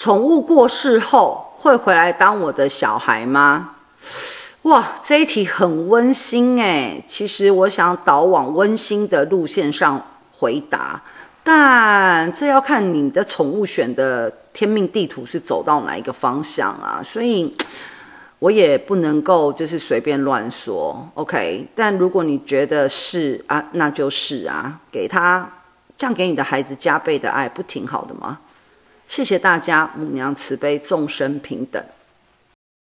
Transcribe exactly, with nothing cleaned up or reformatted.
宠物过世后会回来当我的小孩吗？哇，这一题很温馨诶，其实我想导往温馨的路线上回答，但这要看你的宠物选的天命地图是走到哪一个方向啊，所以我也不能够就是随便乱说 ，OK？ 但如果你觉得是啊，那就是啊，给他这样给你的孩子加倍的爱，不挺好的吗？谢谢大家，母娘慈悲，众生平等。